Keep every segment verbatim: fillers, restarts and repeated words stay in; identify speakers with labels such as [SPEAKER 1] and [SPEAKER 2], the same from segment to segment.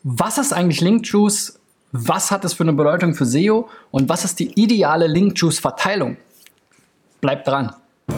[SPEAKER 1] Was ist eigentlich Link-Juice? Was hat es für eine Bedeutung für S E O? Und was ist die ideale Link-Juice-Verteilung? Bleibt dran!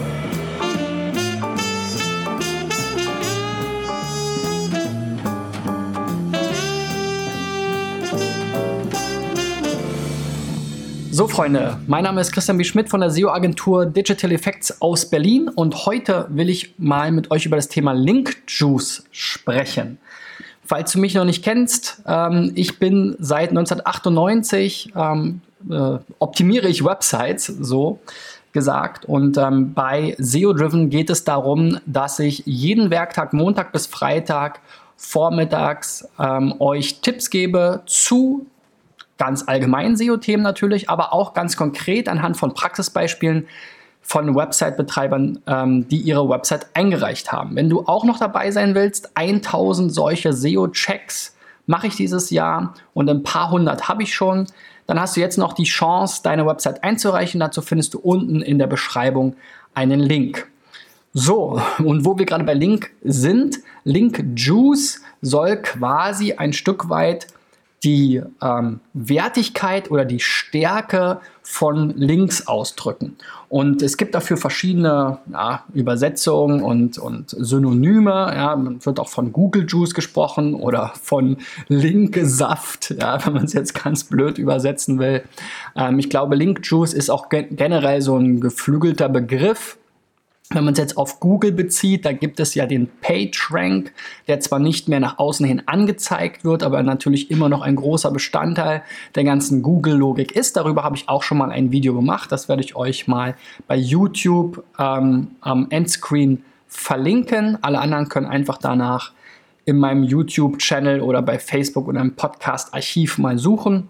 [SPEAKER 1] So Freunde, mein Name ist Christian B. Schmidt von der S E O-Agentur Digital Effects aus Berlin und heute will ich mal mit euch über das Thema Link-Juice sprechen. Falls du mich noch nicht kennst, ähm, ich bin seit neunzehnhundertachtundneunzig, ähm, äh, optimiere ich Websites, so gesagt. Und ähm, bei S E O-Driven geht es darum, dass ich jeden Werktag, Montag bis Freitag, vormittags ähm, euch Tipps gebe zu ganz allgemeinen S E O-Themen natürlich, aber auch ganz konkret anhand von Praxisbeispielen von Website-Betreibern, ähm, die ihre Website eingereicht haben. Wenn du auch noch dabei sein willst, tausend solche S E O-Checks mache ich dieses Jahr und ein paar hundert habe ich schon, dann hast du jetzt noch die Chance, deine Website einzureichen. Dazu findest du unten in der Beschreibung einen Link. So, und wo wir gerade bei Link sind, Link-Juice soll quasi ein Stück weit die ähm, Wertigkeit oder die Stärke von Links ausdrücken. Und es gibt dafür verschiedene ja, Übersetzungen und, und Synonyme. Ja, man wird auch von Google Juice gesprochen oder von Linksaft, ja, wenn man es jetzt ganz blöd übersetzen will. Ähm, ich glaube, Link Juice ist auch ge- generell so ein geflügelter Begriff. Wenn man es jetzt auf Google bezieht, da gibt es ja den PageRank, der zwar nicht mehr nach außen hin angezeigt wird, aber natürlich immer noch ein großer Bestandteil der ganzen Google-Logik ist. Darüber habe ich auch schon mal ein Video gemacht. Das werde ich euch mal bei YouTube ähm, am Endscreen verlinken. Alle anderen können einfach danach in meinem YouTube-Channel oder bei Facebook oder im Podcast-Archiv mal suchen.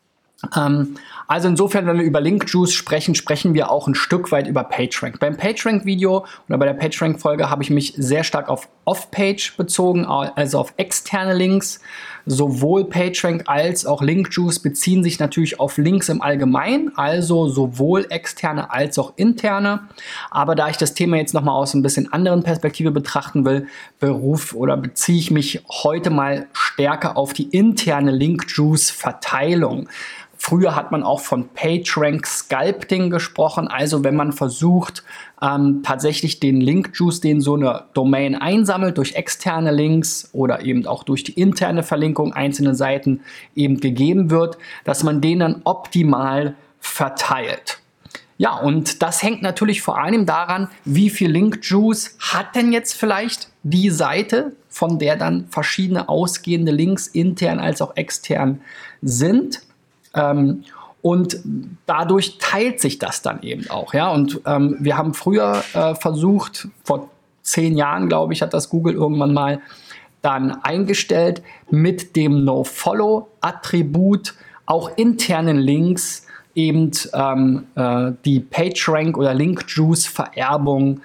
[SPEAKER 1] Ähm, also insofern, wenn wir über Link-Juice sprechen, sprechen wir auch ein Stück weit über PageRank. Beim PageRank-Video oder bei der PageRank-Folge habe ich mich sehr stark auf Off-Page bezogen, also auf externe Links. Sowohl PageRank als auch Link-Juice beziehen sich natürlich auf Links im Allgemeinen, also sowohl externe als auch interne. Aber da ich das Thema jetzt nochmal aus ein bisschen anderen Perspektive betrachten will, beruf oder beziehe ich mich heute mal stärker auf die interne Link-Juice-Verteilung. Früher hat man auch von PageRank Sculpting gesprochen, also wenn man versucht, ähm, tatsächlich den Link-Juice, den so eine Domain einsammelt, durch externe Links oder eben auch durch die interne Verlinkung einzelner Seiten eben gegeben wird, dass man den dann optimal verteilt. Ja, und das hängt natürlich vor allem daran, wie viel Link-Juice hat denn jetzt vielleicht die Seite, von der dann verschiedene ausgehende Links intern als auch extern sind. Ähm, und dadurch teilt sich das dann eben auch. Ja? Und ähm, wir haben früher äh, versucht, vor zehn Jahren, glaube ich, hat das Google irgendwann mal dann eingestellt, mit dem No-Follow-Attribut auch internen Links eben ähm, äh, die PageRank oder Link-Juice-Vererbung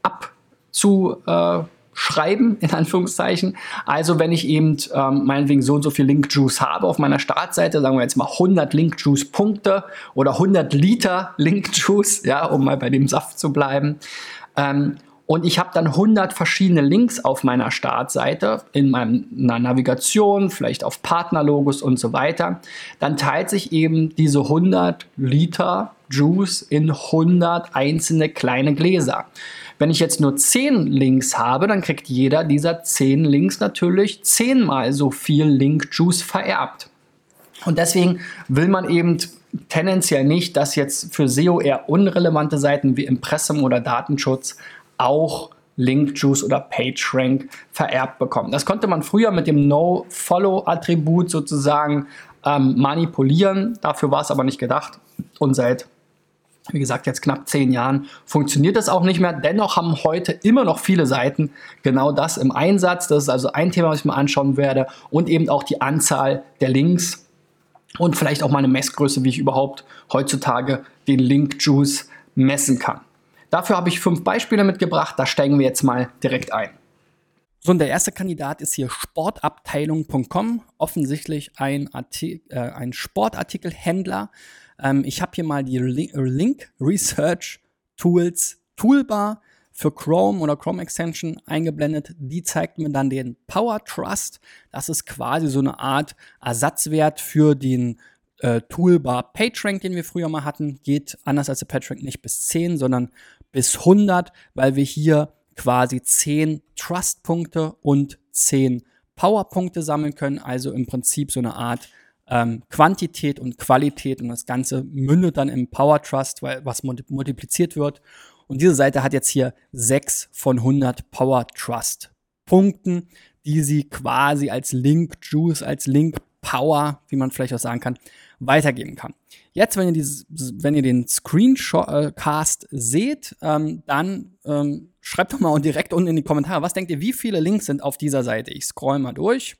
[SPEAKER 1] abzuschreiben, in Anführungszeichen. Also wenn ich eben ähm, meinetwegen so und so viel Link-Juice habe auf meiner Startseite, sagen wir jetzt mal hundert Link-Juice-Punkte oder hundert Liter Link-Juice, ja, um mal bei dem Saft zu bleiben. Ähm, und ich habe dann hundert verschiedene Links auf meiner Startseite, in meiner Navigation, vielleicht auf Partnerlogos und so weiter. Dann teilt sich eben diese hundert Liter Juice in hundert einzelne kleine Gläser. Wenn ich jetzt nur zehn Links habe, dann kriegt jeder dieser zehn Links natürlich zehnmal so viel Link-Juice vererbt. Und deswegen will man eben tendenziell nicht, dass jetzt für S E O eher unrelevante Seiten wie Impressum oder Datenschutz auch Link-Juice oder PageRank vererbt bekommen. Das konnte man früher mit dem No-Follow-Attribut sozusagen ähm, manipulieren. Dafür war es aber nicht gedacht. Und seit wie gesagt, jetzt knapp zehn Jahren funktioniert das auch nicht mehr. Dennoch haben heute immer noch viele Seiten genau das im Einsatz. Das ist also ein Thema, was ich mir anschauen werde. Und eben auch die Anzahl der Links und vielleicht auch mal eine Messgröße, wie ich überhaupt heutzutage den Link-Juice messen kann. Dafür habe ich fünf Beispiele mitgebracht. Da steigen wir jetzt mal direkt ein. So, und der erste Kandidat ist hier sportabteilung punkt com. Offensichtlich ein, Artik- äh, ein Sportartikelhändler. Ich habe hier mal die Link Research Tools Toolbar für Chrome oder Chrome Extension eingeblendet. Die zeigt mir dann den Power Trust. Das ist quasi so eine Art Ersatzwert für den äh, Toolbar PageRank, den wir früher mal hatten. Geht anders als der PageRank nicht bis zehn, sondern bis hundert, weil wir hier quasi zehn Trust-Punkte und zehn Power-Punkte sammeln können. Also im Prinzip so eine Art ähm, Quantität und Qualität. Und das Ganze mündet dann im Power Trust, weil was multipliziert wird. Und diese Seite hat jetzt hier sechs von hundert Power Trust Punkten, die sie quasi als Link Juice, als Link Power, wie man vielleicht auch sagen kann, weitergeben kann. Jetzt, wenn ihr, dieses, wenn ihr den Screencast seht, ähm, dann ähm, schreibt doch mal direkt unten in die Kommentare, was denkt ihr, wie viele Links sind auf dieser Seite? Ich scroll mal durch.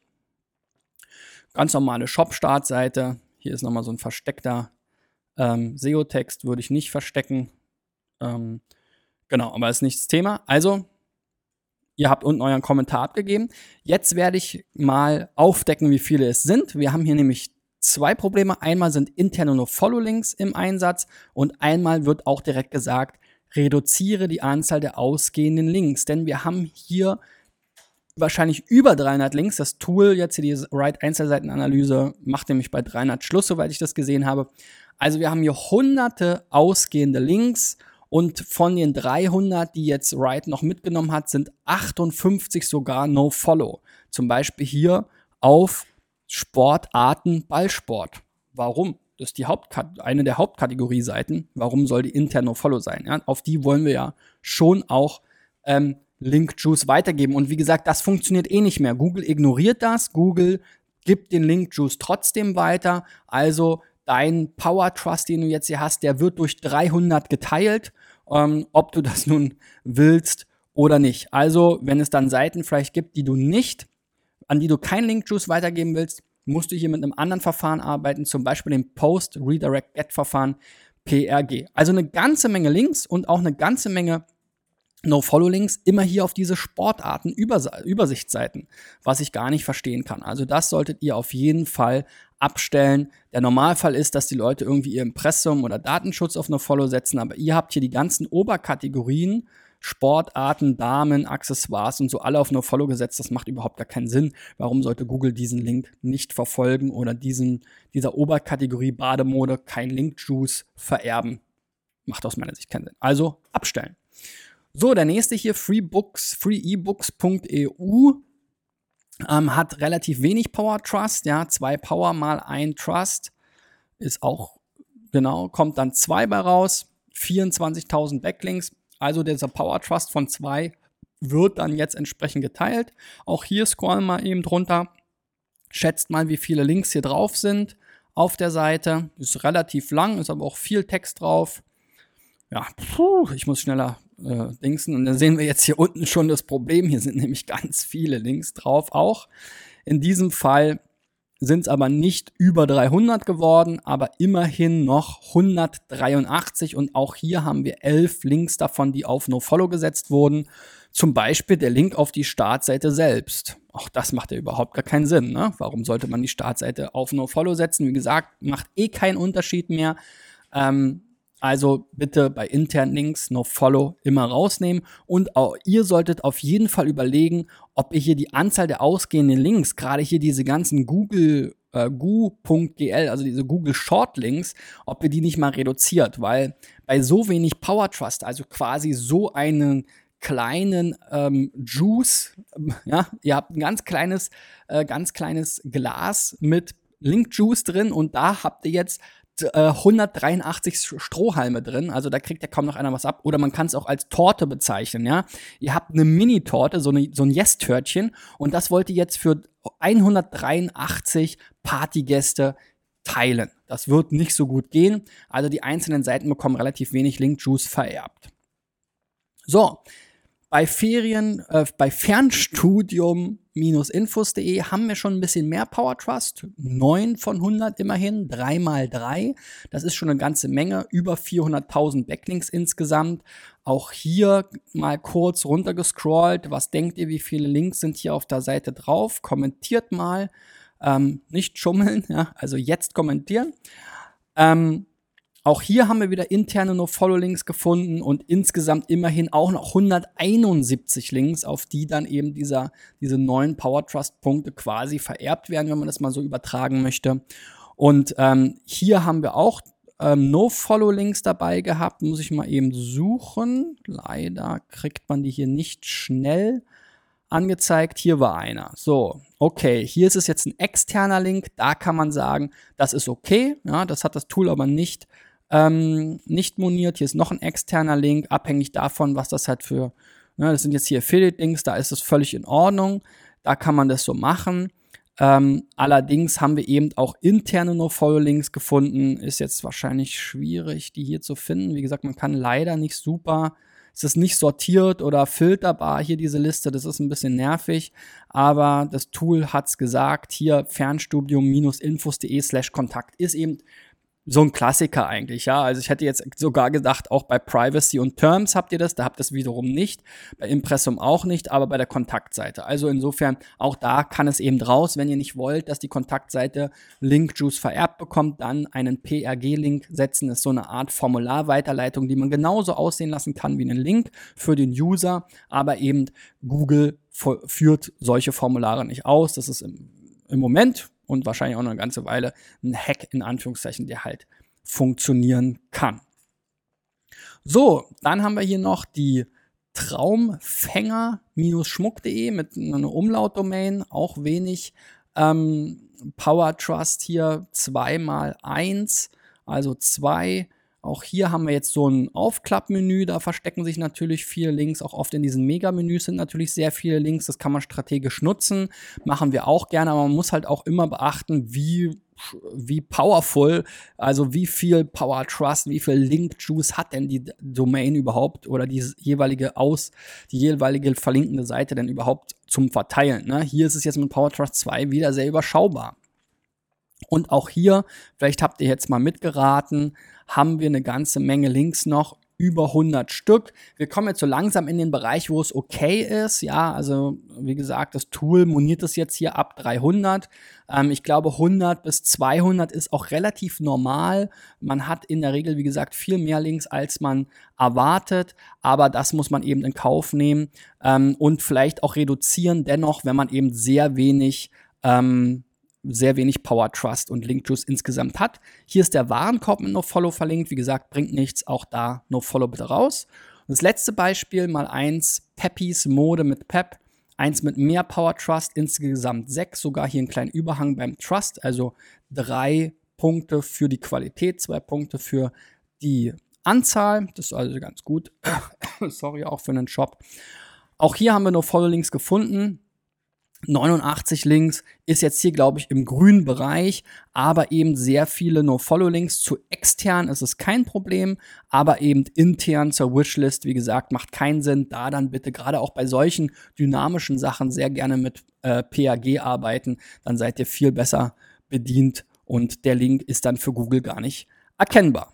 [SPEAKER 1] Ganz normale Shop-Startseite. Hier ist nochmal so ein versteckter ähm, S E O-Text, würde ich nicht verstecken. Ähm, genau, aber ist nicht das Thema. Also, ihr habt unten euren Kommentar abgegeben. Jetzt werde ich mal aufdecken, wie viele es sind. Wir haben hier nämlich zwei Probleme. Einmal sind interne No-Follow-Links im Einsatz und einmal wird auch direkt gesagt, reduziere die Anzahl der ausgehenden Links. Denn wir haben hier wahrscheinlich über dreihundert Links. Das Tool, jetzt hier die Write-Einzelseitenanalyse, macht nämlich bei dreihundert Schluss, soweit ich das gesehen habe. Also wir haben hier hunderte ausgehende Links und von den dreihundert, die jetzt Write noch mitgenommen hat, sind achtundfünfzig sogar No-Follow. Zum Beispiel hier auf Sportarten Ballsport. Warum? Das ist die Hauptkat- eine der Hauptkategorie-Seiten. Warum soll die intern No-Follow sein? Ja, auf die wollen wir ja schon auch ähm, Link-Juice weitergeben. Und wie gesagt, das funktioniert eh nicht mehr. Google ignoriert das. Google gibt den Link-Juice trotzdem weiter. Also dein Power Trust, den du jetzt hier hast, der wird durch dreihundert geteilt, ähm, ob du das nun willst oder nicht. Also, wenn es dann Seiten vielleicht gibt, die du nicht, an die du kein Link-Juice weitergeben willst, musst du hier mit einem anderen Verfahren arbeiten, zum Beispiel dem Post-Redirect-Get-Verfahren, P R G. Also eine ganze Menge Links und auch eine ganze Menge No-Follow-Links immer hier auf diese Sportarten-Übersichtsseiten, was ich gar nicht verstehen kann. Also das solltet ihr auf jeden Fall abstellen. Der Normalfall ist, dass die Leute irgendwie ihr Impressum oder Datenschutz auf No-Follow setzen, aber ihr habt hier die ganzen Oberkategorien, Sportarten, Damen, Accessoires und so alle auf No-Follow gesetzt. Das macht überhaupt gar keinen Sinn. Warum sollte Google diesen Link nicht verfolgen oder diesen, dieser Oberkategorie Bademode kein Link-Juice vererben? Macht aus meiner Sicht keinen Sinn. Also abstellen. So, der nächste hier, freebooks, freeebooks punkt e u, ähm, hat relativ wenig Power Trust, ja, zwei Power mal ein Trust, ist auch, genau, kommt dann zwei bei raus, vierundzwanzigtausend Backlinks, also dieser Power Trust von zwei wird dann jetzt entsprechend geteilt. Auch hier scrollen wir eben drunter, schätzt mal, wie viele Links hier drauf sind auf der Seite, ist relativ lang, ist aber auch viel Text drauf. Ja, puh, ich muss schneller äh, dingsen. Und dann sehen wir jetzt hier unten schon das Problem. Hier sind nämlich ganz viele Links drauf auch. In diesem Fall sind es aber nicht über dreihundert geworden, aber immerhin noch hundertdreiundachtzig. Und auch hier haben wir elf Links davon, die auf No-Follow gesetzt wurden. Zum Beispiel der Link auf die Startseite selbst. Auch das macht ja überhaupt gar keinen Sinn, ne? Warum sollte man die Startseite auf No-Follow setzen? Wie gesagt, macht eh keinen Unterschied mehr. Ähm, Also bitte bei internen Links No-Follow immer rausnehmen. Und auch ihr solltet auf jeden Fall überlegen, ob ihr hier die Anzahl der ausgehenden Links, gerade hier diese ganzen Google äh, gu.gl, also diese Google Shortlinks, ob ihr die nicht mal reduziert. Weil bei so wenig Power Trust, also quasi so einen kleinen ähm, Juice, ja, ihr habt ein ganz kleines, äh, ganz kleines Glas mit Link-Juice drin und da habt ihr jetzt hundertdreiundachtzig Strohhalme drin, also da kriegt ja kaum noch einer was ab. Oder man kann es auch als Torte bezeichnen, ja. Ihr habt eine Mini-Torte, so, eine, so ein Yes-Törtchen und das wollt ihr jetzt für hundertdreiundachtzig Partygäste teilen. Das wird nicht so gut gehen. Also die einzelnen Seiten bekommen relativ wenig Link-Juice vererbt. So, bei Ferien, äh, bei Fernstudium Infos punkt de haben wir schon ein bisschen mehr Power Trust. neun von hundert immerhin, drei mal drei. Das ist schon eine ganze Menge, über vierhunderttausend Backlinks insgesamt. Auch hier mal kurz runtergescrollt. Was denkt ihr, wie viele Links sind hier auf der Seite drauf? Kommentiert mal. Ähm, nicht schummeln, ja, also jetzt kommentieren. Ähm,
[SPEAKER 2] Auch hier haben wir wieder interne No-Follow-Links gefunden und insgesamt immerhin auch noch hunderteinundsiebzig Links, auf die dann eben dieser, diese neuen Power Trust-Punkte quasi vererbt werden, wenn man das mal so übertragen möchte. Und ähm, hier haben wir auch ähm, No-Follow-Links dabei gehabt, muss ich mal eben suchen. Leider kriegt man die hier nicht schnell angezeigt. Hier war einer. So, okay, hier ist es jetzt ein externer Link. Da kann man sagen, das ist okay. Ja, das hat das Tool aber nicht Ähm, nicht moniert. Hier ist noch ein externer Link, abhängig davon, was das halt für, ne, das sind jetzt hier Affiliate-Links, da ist es völlig in Ordnung, da kann man das so machen. Ähm, allerdings haben wir eben auch interne No-Follow-Links gefunden, ist jetzt wahrscheinlich schwierig, die hier zu finden. Wie gesagt, man kann leider nicht super, es ist nicht sortiert oder filterbar hier diese Liste, das ist ein bisschen nervig, aber das Tool hat's gesagt, hier fernstudium-infos.de slash Kontakt ist eben so ein Klassiker eigentlich, ja. Also ich hätte jetzt sogar gedacht, auch bei Privacy und Terms habt ihr das, da habt ihr es wiederum nicht, bei Impressum auch nicht, aber bei der Kontaktseite. Also insofern, auch da kann es eben raus, wenn ihr nicht wollt, dass die Kontaktseite Linkjuice vererbt bekommt, dann einen P R G-Link setzen. Das ist so eine Art Formularweiterleitung, die man genauso aussehen lassen kann wie einen Link für den User, aber eben Google führt solche Formulare nicht aus. Das ist im, im Moment und wahrscheinlich auch noch eine ganze Weile ein Hack in Anführungszeichen, der halt funktionieren kann. So, dann haben wir hier noch die Traumfänger-schmuck.de mit einer Umlautdomain, auch wenig ähm, Power Trust hier, zwei mal eins, also zwei. Auch hier haben wir jetzt so ein Aufklappmenü, da verstecken sich natürlich viele Links, auch oft in diesen Mega-Menüs sind natürlich sehr viele Links, das kann man strategisch nutzen, machen wir auch gerne, aber man muss halt auch immer beachten, wie, wie powerful, also wie viel Power Trust, wie viel Link-Juice hat denn die Domain überhaupt oder die jeweilige aus, die jeweilige verlinkende Seite denn überhaupt zum Verteilen, ne? Hier ist es jetzt mit Power Trust zwei wieder sehr überschaubar. Und auch hier, vielleicht habt ihr jetzt mal mitgeraten, haben wir eine ganze Menge Links noch, über hundert Stück. Wir kommen jetzt so langsam in den Bereich, wo es okay ist. Ja, also wie gesagt, das Tool moniert es jetzt hier ab dreihundert. Ähm, ich glaube, hundert bis zweihundert ist auch relativ normal. Man hat in der Regel, wie gesagt, viel mehr Links, als man erwartet. Aber das muss man eben in Kauf nehmen ähm, und vielleicht auch reduzieren. Dennoch, wenn man eben sehr wenig ähm, sehr wenig Power Trust und Linkjuice insgesamt hat. Hier ist der Warenkorb mit NoFollow verlinkt. Wie gesagt, bringt nichts. Auch da NoFollow bitte raus. Und das letzte Beispiel, mal eins, Peppys Mode mit Pep. Eins mit mehr Power Trust, insgesamt sechs. Sogar hier einen kleinen Überhang beim Trust. Also drei Punkte für die Qualität, zwei Punkte für die Anzahl. Das ist also ganz gut. Sorry, auch für einen Shop. Auch hier haben wir NoFollow-Links gefunden. neunundachtzig Links ist jetzt hier, glaube ich, im grünen Bereich, aber eben sehr viele No-Follow-Links. Zu extern ist es kein Problem, aber eben intern zur Wishlist, wie gesagt, macht keinen Sinn. Da dann bitte gerade auch bei solchen dynamischen Sachen sehr gerne mit äh, P A G arbeiten, dann seid ihr viel besser bedient und der Link ist dann für Google gar nicht erkennbar.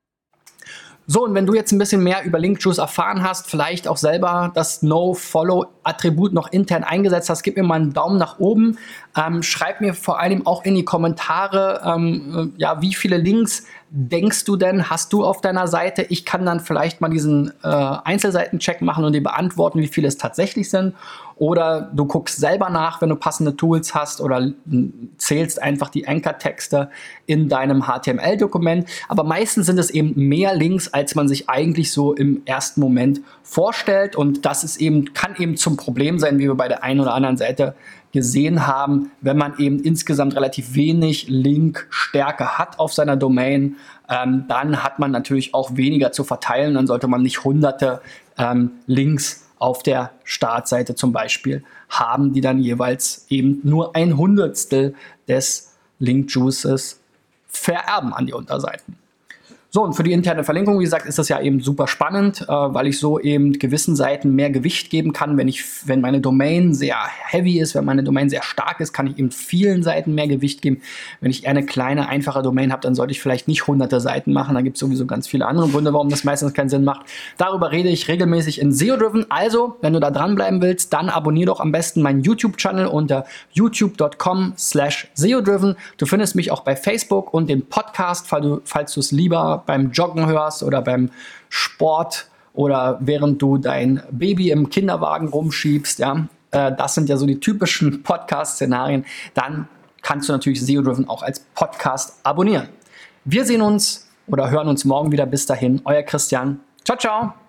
[SPEAKER 1] So, und wenn du jetzt ein bisschen mehr über Linkjuice erfahren hast, vielleicht auch selber das No-Follow-Attribut noch intern eingesetzt hast, gib mir mal einen Daumen nach oben. Ähm, schreib mir vor allem auch in die Kommentare, ähm, ja, wie viele Links denkst du denn, hast du auf deiner Seite? Ich kann dann vielleicht mal diesen äh, Einzelseitencheck machen und dir beantworten, wie viele es tatsächlich sind. Oder du guckst selber nach, wenn du passende Tools hast, oder zählst einfach die Anchor-Texte in deinem H T M L-Dokument. Aber meistens sind es eben mehr Links, als man sich eigentlich so im ersten Moment vorstellt. Und das ist eben, kann eben zum Problem sein, wie wir bei der einen oder anderen Seite gesehen haben, wenn man eben insgesamt relativ wenig Linkstärke hat auf seiner Domain, ähm, dann hat man natürlich auch weniger zu verteilen. Dann sollte man nicht hunderte ähm, Links auf der Startseite zum Beispiel haben, die dann jeweils eben nur ein Hundertstel des Linkjuices vererben an die Unterseiten. So, und für die interne Verlinkung, wie gesagt, ist das ja eben super spannend, äh, weil ich so eben gewissen Seiten mehr Gewicht geben kann. Wenn ich, wenn meine Domain sehr heavy ist, wenn meine Domain sehr stark ist, kann ich eben vielen Seiten mehr Gewicht geben. Wenn ich eher eine kleine, einfache Domain habe, dann sollte ich vielleicht nicht hunderte Seiten machen. Da gibt es sowieso ganz viele andere Gründe, warum das meistens keinen Sinn macht. Darüber rede ich regelmäßig in S E O-Driven. Also, wenn du da dranbleiben willst, dann abonniere doch am besten meinen YouTube-Channel unter youtube dot com slash S E O-Driven. Du findest mich auch bei Facebook und dem Podcast, falls du es lieber beim Joggen hörst oder beim Sport oder während du dein Baby im Kinderwagen rumschiebst, ja, äh, das sind ja so die typischen Podcast-Szenarien, dann kannst du natürlich S E O-Driven auch als Podcast abonnieren. Wir sehen uns oder hören uns morgen wieder. Bis dahin, euer Christian. Ciao, ciao.